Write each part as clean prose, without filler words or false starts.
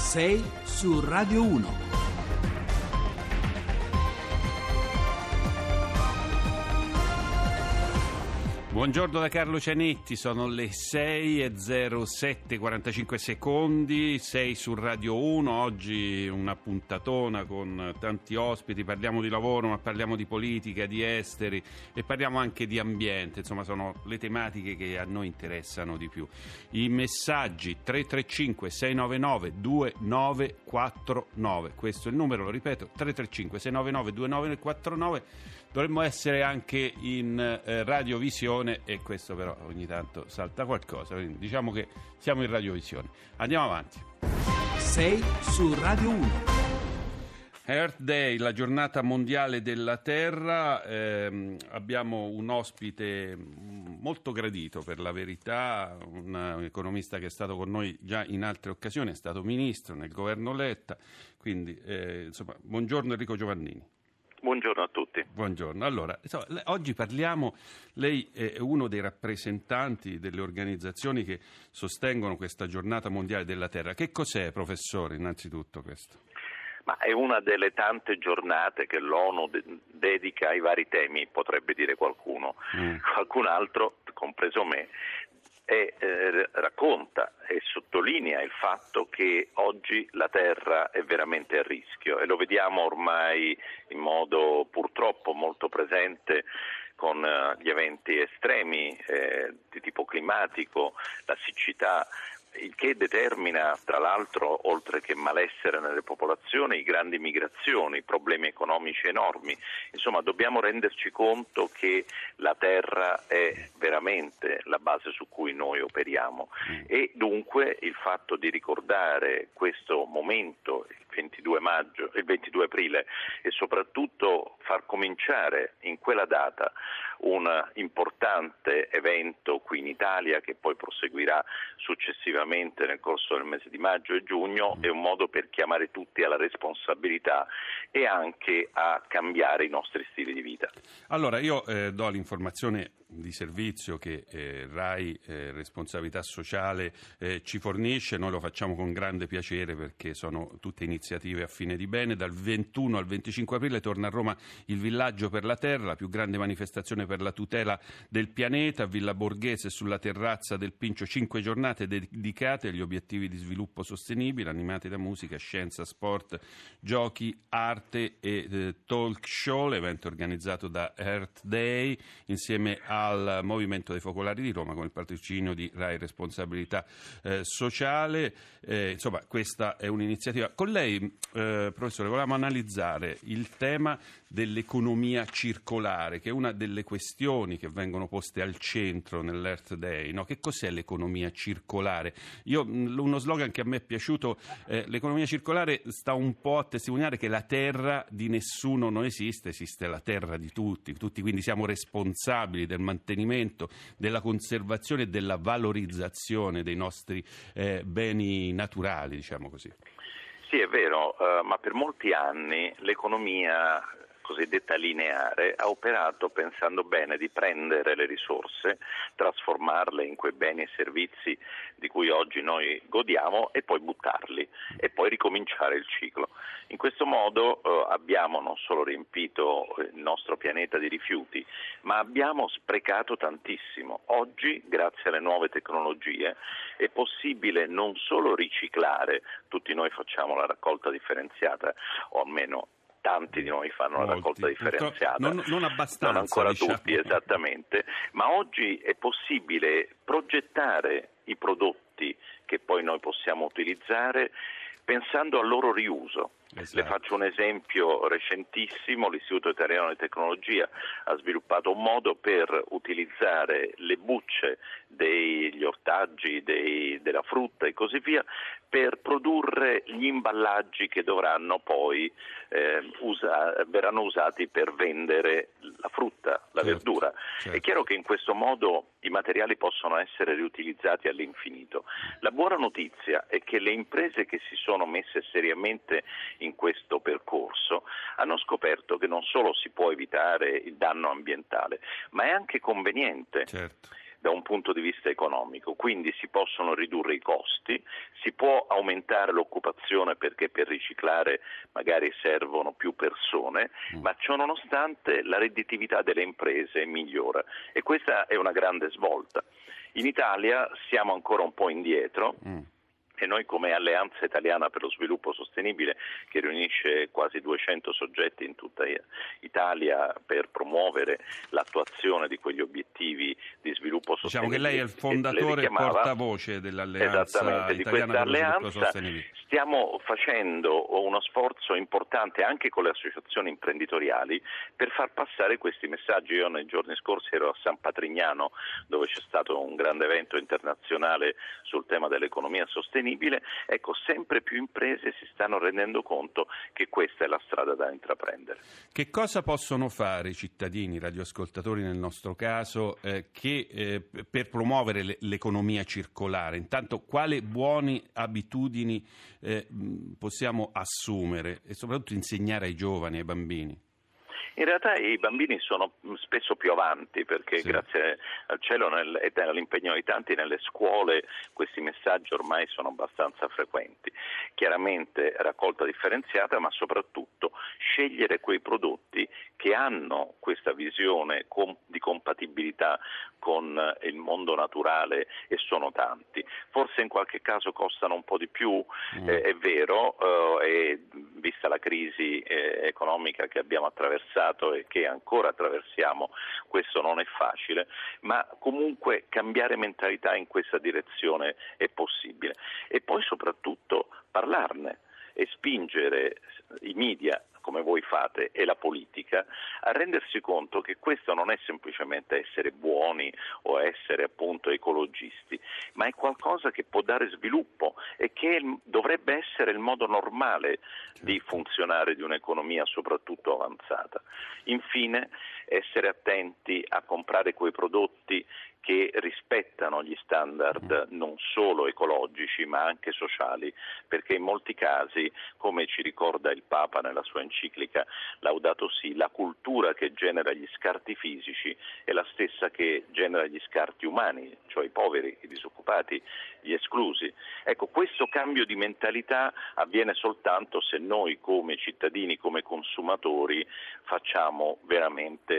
6 su Radio 1. Buongiorno da Carlo Cianetti, sono le 6:07, 45 secondi, 6 su Radio 1, oggi una puntatona con tanti ospiti, parliamo di lavoro ma parliamo di politica, di esteri e parliamo anche di ambiente, insomma sono le tematiche che a noi interessano di più. I messaggi 335 699 2949, questo è il numero, lo ripeto, 335 699 2949, dovremmo essere anche in radiovisione e questo però ogni tanto salta qualcosa, quindi diciamo che siamo in radiovisione. Andiamo avanti. 6 su Radio 1. Earth Day, la giornata mondiale della Terra, abbiamo un ospite molto gradito per la verità, un economista che è stato con noi già in altre occasioni, è stato ministro nel governo Letta, quindi insomma, buongiorno Enrico Giovannini. Buongiorno a tutti. Buongiorno. Allora, oggi parliamo, lei è uno dei rappresentanti delle organizzazioni che sostengono questa giornata mondiale della Terra. Che cos'è, professore, innanzitutto questo? Ma è una delle tante giornate che l'ONU dedica ai vari temi, potrebbe dire qualcuno. Qualcun altro, compreso me, racconta e sottolinea il fatto che oggi la Terra è veramente a rischio e lo vediamo ormai in modo purtroppo molto presente con gli eventi estremi di tipo climatico, la siccità, il che determina tra l'altro, oltre che malessere nelle popolazioni, grandi migrazioni, problemi economici enormi. Insomma, dobbiamo renderci conto che la terra è veramente la base su cui noi operiamo e dunque il fatto di ricordare questo momento, il 22 aprile e soprattutto far cominciare in quella data un importante evento qui in Italia che poi proseguirà successivamente nel corso del mese di maggio e giugno è un modo per chiamare tutti alla responsabilità e anche a cambiare i nostri stili di vita. Allora io do l'informazione di servizio che RAI Responsabilità Sociale ci fornisce, noi lo facciamo con grande piacere perché sono tutte iniziative a fine di bene. Dal 21 al 25 aprile torna a Roma il Villaggio per la Terra, la più grande manifestazione per la tutela del pianeta. A Villa Borghese, sulla terrazza del Pincio, 5 giornate dedicate agli obiettivi di sviluppo sostenibile, animate da musica, scienza, sport, giochi, arte e talk show. L'evento è organizzato da Earth Day insieme al Movimento dei Focolari di Roma con il patrocinio di RAI Responsabilità Sociale. Insomma, questa è un'iniziativa. Con lei, professore, volevamo analizzare il tema dell'economia circolare, che è una delle questioni che vengono poste al centro nell'Earth Day, no? Che cos'è l'economia circolare? Uno slogan che a me è piaciuto, l'economia circolare sta un po' a testimoniare che la terra di nessuno non esiste la terra di tutti, quindi siamo responsabili del mantenimento, della conservazione e della valorizzazione dei nostri beni naturali, diciamo così. Sì, è vero, ma per molti anni l'economia cosiddetta lineare ha operato pensando bene di prendere le risorse, trasformarle in quei beni e servizi di cui oggi noi godiamo e poi buttarli e poi ricominciare il ciclo. In questo modo abbiamo non solo riempito il nostro pianeta di rifiuti, ma abbiamo sprecato tantissimo. Oggi, grazie alle nuove tecnologie, è possibile non solo riciclare, tutti noi facciamo la raccolta differenziata, o almeno tanti di noi fanno la raccolta differenziata, non abbastanza, non ancora diciamo. tutti esattamente, ma oggi è possibile progettare i prodotti che poi noi possiamo utilizzare pensando al loro riuso. Esatto. Le faccio un esempio recentissimo: l'Istituto Italiano di Tecnologia ha sviluppato un modo per utilizzare le bucce degli ortaggi, della frutta e così via, per produrre gli imballaggi che dovranno poi verranno usati per vendere la frutta, la verdura. Certo. È chiaro che in questo modo i materiali possono essere riutilizzati all'infinito. La buona notizia è che le imprese che si sono messe seriamente in questo percorso hanno scoperto che non solo si può evitare il danno ambientale, ma è anche conveniente. Certo. da un punto di vista economico, quindi si possono ridurre i costi, si può aumentare l'occupazione perché per riciclare magari servono più persone, ma ciò nonostante la redditività delle imprese migliora e questa è una grande svolta. In Italia siamo ancora un po' indietro. E noi come Alleanza Italiana per lo Sviluppo Sostenibile, che riunisce quasi 200 soggetti in tutta Italia per promuovere l'attuazione di quegli obiettivi di sviluppo sostenibile. Diciamo che lei è il fondatore e portavoce dell'Alleanza Italiana per lo Sviluppo Sostenibile. Stiamo facendo uno sforzo importante anche con le associazioni imprenditoriali per far passare questi messaggi. Io nei giorni scorsi ero a San Patrignano, dove c'è stato un grande evento internazionale sul tema dell'economia sostenibile. Ecco, sempre più imprese si stanno rendendo conto che questa è la strada da intraprendere. Che cosa possono fare i cittadini, radioascoltatori nel nostro caso, per promuovere l'economia circolare? Intanto, quali buone abitudini possiamo assumere e soprattutto insegnare ai giovani, ai bambini? In realtà i bambini sono spesso più avanti perché grazie al cielo e all'impegno di tanti nelle scuole questi messaggi ormai sono abbastanza frequenti. Chiaramente raccolta differenziata, ma soprattutto scegliere quei prodotti che hanno questa visione di compatibilità con il mondo naturale e sono tanti. Forse in qualche caso costano un po' di più, è vero, e vista la crisi economica che abbiamo attraversato e che ancora attraversiamo, questo non è facile, ma comunque cambiare mentalità in questa direzione è possibile. E poi soprattutto parlarne e spingere i media, come voi fate, e la politica a rendersi conto che questo non è semplicemente essere buoni o essere appunto ecologisti, ma è qualcosa che può dare sviluppo e che dovrebbe essere il modo normale di funzionare di un'economia soprattutto avanzata. Infine, essere attenti a comprare quei prodotti che rispettano gli standard non solo ecologici ma anche sociali, perché in molti casi, come ci ricorda il Papa nella sua enciclica Laudato Si, la cultura che genera gli scarti fisici è la stessa che genera gli scarti umani, cioè i poveri, i disoccupati, gli esclusi. Ecco, questo cambio di mentalità avviene soltanto se noi come cittadini, come consumatori, facciamo veramente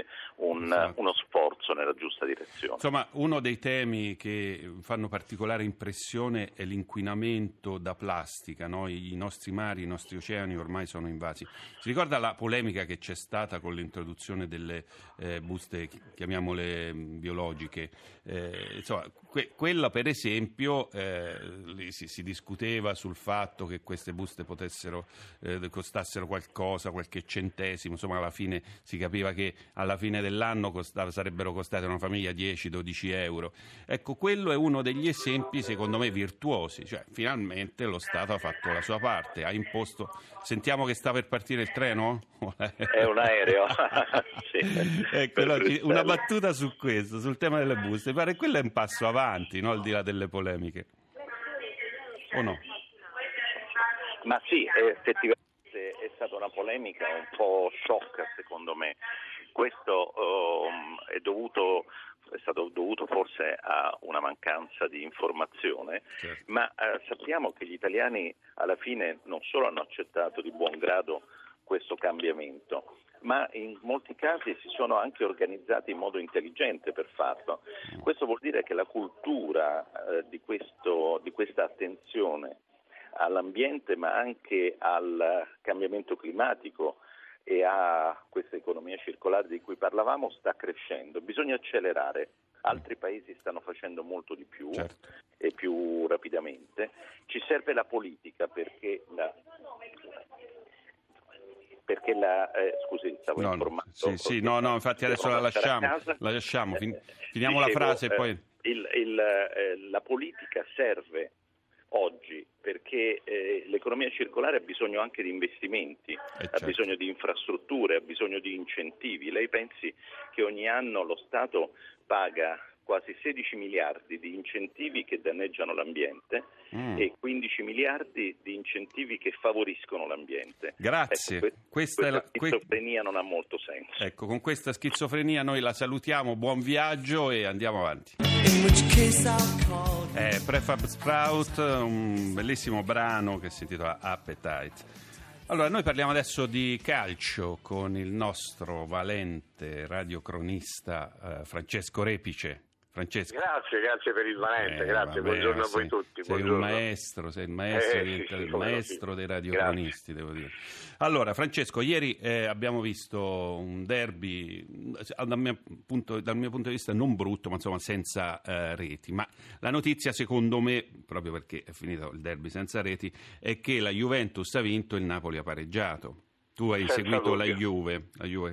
uno sforzo nella giusta direzione. Insomma, uno dei temi che fanno particolare impressione è l'inquinamento da plastica, no? I nostri mari, i nostri oceani ormai sono invasi. Si ricorda la polemica che c'è stata con l'introduzione delle buste, chiamiamole biologiche? Insomma, quella per esempio si discuteva sul fatto che queste buste costassero qualcosa, qualche centesimo, insomma alla fine si capiva che alla fine dell'anno sarebbero costate una famiglia 10-12 euro. Ecco, quello è uno degli esempi secondo me virtuosi, cioè finalmente lo Stato ha fatto la sua parte, ha imposto. Sentiamo che sta per partire il treno? È un aereo. Sì, ecco, no, una battuta su questo, sul tema delle buste. Pare quello è un passo avanti, no? Al di là delle polemiche, o no? Ma sì, effettivamente è stata una polemica un po' shock secondo me. Questo è stato dovuto forse a una mancanza di informazione, certo. Ma sappiamo che gli italiani alla fine non solo hanno accettato di buon grado questo cambiamento, ma in molti casi si sono anche organizzati in modo intelligente per farlo. Questo vuol dire che la cultura di questa attenzione all'ambiente ma anche al cambiamento climatico e a questa economia circolare di cui parlavamo sta crescendo. Bisogna accelerare, altri paesi stanno facendo molto di più, certo. E più rapidamente. Ci serve la politica perché scusi, stavo informando. Sì, no, infatti adesso la lasciamo, finiamo la frase e poi. La politica serve oggi perché l'economia circolare ha bisogno anche di investimenti, ha bisogno di infrastrutture, ha bisogno di incentivi. Lei pensi che ogni anno lo Stato paga quasi 16 miliardi di incentivi che danneggiano l'ambiente e 15 miliardi di incentivi che favoriscono l'ambiente. Grazie. Ecco, questa schizofrenia non ha molto senso. Ecco, con questa schizofrenia noi la salutiamo, buon viaggio e andiamo avanti. Prefab Sprout, un bellissimo brano che si intitola Appetite. Allora, noi parliamo adesso di calcio con il nostro valente radiocronista Francesco Repice. Francesco. Grazie per il valente, grazie, buongiorno a voi tutti. Sei il maestro dei radiocronisti, devo dire. Allora, Francesco, ieri abbiamo visto un derby, dal mio punto di vista non brutto, ma insomma senza reti. Ma la notizia, secondo me, proprio perché è finito il derby senza reti, è che la Juventus ha vinto e il Napoli ha pareggiato. Tu hai seguito la Juve.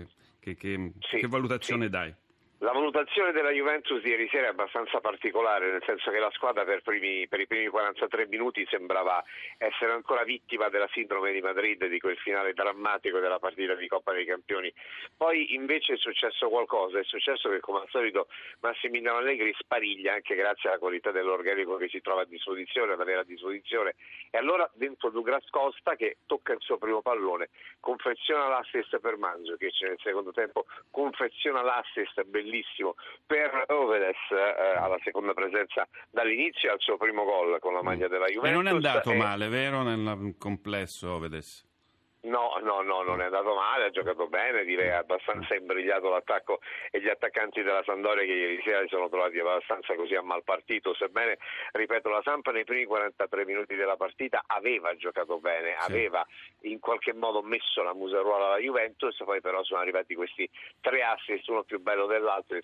Che valutazione dai? La valutazione della Juventus di ieri sera è abbastanza particolare, nel senso che la squadra per i primi 43 minuti sembrava essere ancora vittima della sindrome di Madrid, di quel finale drammatico della partita di Coppa dei Campioni. Poi invece è successo qualcosa, è successo che come al solito Massimiliano Allegri spariglia anche grazie alla qualità dell'organico che si trova a disposizione, ad avere a disposizione, e allora dentro Douglas Costa che tocca il suo primo pallone, confeziona l'assist per Mandzukic nel secondo tempo, confeziona l'assist bellissimo per Oveles alla seconda presenza dall'inizio al suo primo gol con la maglia della Juventus. E non è andato male, vero, nel complesso Oveles? No, non è andato male, ha giocato bene, direi abbastanza imbrigliato l'attacco e gli attaccanti della Sampdoria che ieri sera si sono trovati abbastanza così a mal partito, sebbene, ripeto, la Samp nei primi 43 minuti della partita aveva giocato bene, aveva in qualche modo messo la museruola alla Juventus, poi però sono arrivati questi 3 assist, uno più bello dell'altro,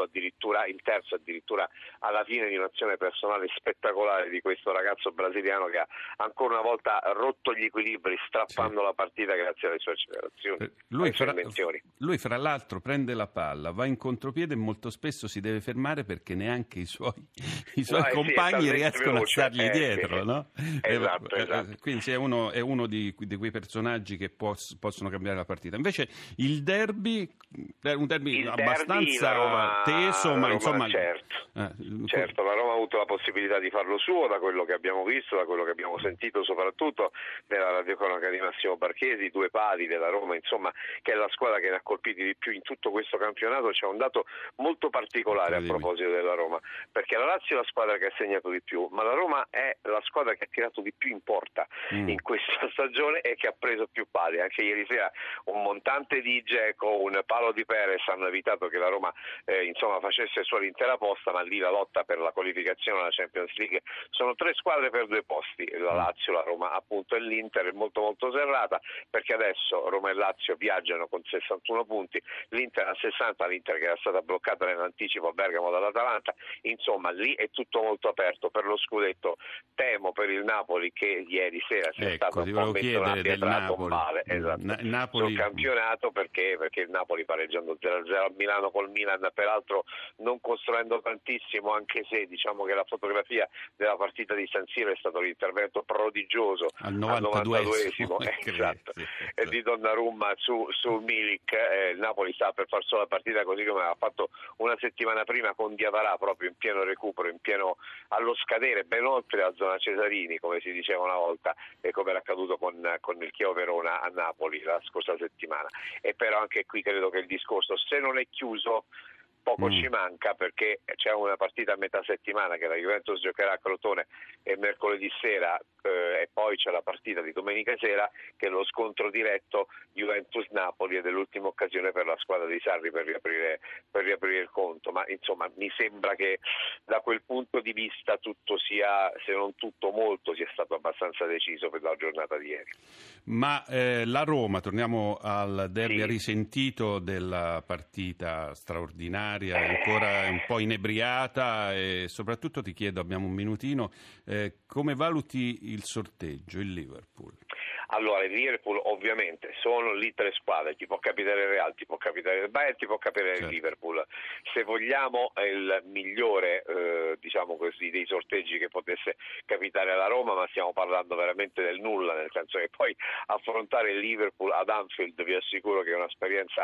il terzo addirittura alla fine di un'azione personale spettacolare di questo ragazzo brasiliano che ha ancora una volta rotto gli equilibri strappando la partita grazie alle sue accelerazioni. Lui fra l'altro prende la palla, va in contropiede e molto spesso si deve fermare perché neanche i suoi compagni riescono a stargli dietro, no? Esatto. Quindi è uno di quei personaggi che possono cambiare la partita. Invece il derby è un derby abbastanza teso, ma insomma certo, la Roma ha avuto la possibilità di farlo suo, da quello che abbiamo visto, da quello che abbiamo sentito, soprattutto nella radiocronaca di Massimo Barchesi, 2 pali della Roma, insomma, che è la squadra che ne ha colpiti di più in tutto questo campionato. C'è un dato molto particolare a proposito della Roma, perché la Lazio è la squadra che ha segnato di più, ma la Roma è la squadra che ha tirato di più in porta in questa stagione e che ha preso più pali. Anche ieri sera un montante di Dzeko, un palo di Perez hanno evitato che la Roma facesse sua l'intera posta, ma lì la lotta per la qualificazione alla Champions League sono 3 squadre per 2 posti, la Lazio, la Roma appunto e l'Inter, è molto molto serrata, perché adesso Roma e Lazio viaggiano con 61 punti, l'Inter a 60, l'Inter che era stata bloccata nell'anticipo a Bergamo dall'Atalanta, insomma lì è tutto molto aperto per lo scudetto. Temo per il Napoli che ieri sera sia stato un po' messo una pietra tombale sul campionato, perché il Napoli pareggiando 0-0 a Milano col Milan, peraltro non costruendo tantissimo, anche se diciamo che la fotografia della partita di San Siro è stato l'intervento prodigioso al 92esimo e di Donnarumma su Milik. Il Napoli sta per far solo la partita così come aveva fatto una settimana prima con Diawara, proprio in pieno recupero, in pieno allo scadere, ben oltre la zona Cesarini, come si diceva una volta, e come era accaduto con il Chievo Verona a Napoli la scorsa settimana. E però anche qui credo che il discorso, se non è chiuso, poco ci manca, perché c'è una partita a metà settimana che la Juventus giocherà a Crotone e mercoledì sera e poi c'è la partita di domenica sera che è lo scontro diretto Juventus-Napoli ed è l'ultima occasione per la squadra di Sarri per riaprire il conto, ma insomma mi sembra che da quel punto di vista tutto sia, se non tutto, molto sia stato abbastanza deciso per la giornata di ieri. Ma la Roma, torniamo al derby risentito della partita straordinaria, ancora un po' inebriata, e soprattutto ti chiedo, abbiamo un minutino, come valuti il sorteggio, il Liverpool? Allora, il Liverpool ovviamente sono lì 3 squadre, ti può capitare il Real, ti può capitare il Bayern, ti può capitare il Liverpool. Se vogliamo è il migliore diciamo così dei sorteggi che potesse capitare alla Roma, ma stiamo parlando veramente del nulla, nel senso che poi affrontare il Liverpool ad Anfield vi assicuro che è un'esperienza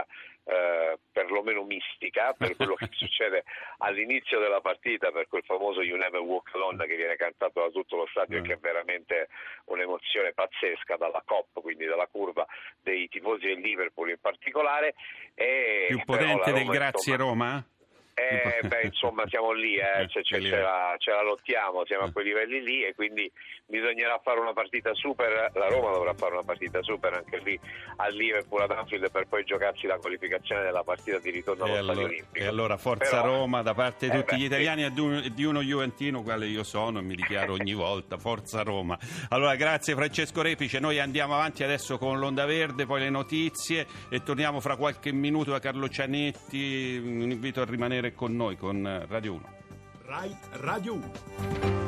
perlomeno mistica per quello che succede all'inizio della partita, per quel famoso You Never Walk Alone che viene cantato da tutto lo stadio e che è veramente un'emozione pazzesca dalla COP, quindi dalla curva dei tifosi del Liverpool in particolare. Più potente del Grazie Roma? Insomma siamo lì, ce la lottiamo, siamo a quei livelli lì, e quindi bisognerà fare una partita super. La Roma dovrà fare una partita super anche lì a Liverpool, ad Anfield, per poi giocarsi la qualificazione della partita di ritorno allo Stadio Olimpico. E allora forza Roma da parte di tutti gli italiani e di uno juventino quale io sono, e mi dichiaro ogni volta forza Roma. Allora grazie Francesco Repice, noi andiamo avanti adesso con l'Onda Verde, poi le notizie, e torniamo fra qualche minuto da Carlo Cianetti. Un invito a rimanere con noi, con Radio 1. Rai Radio 1.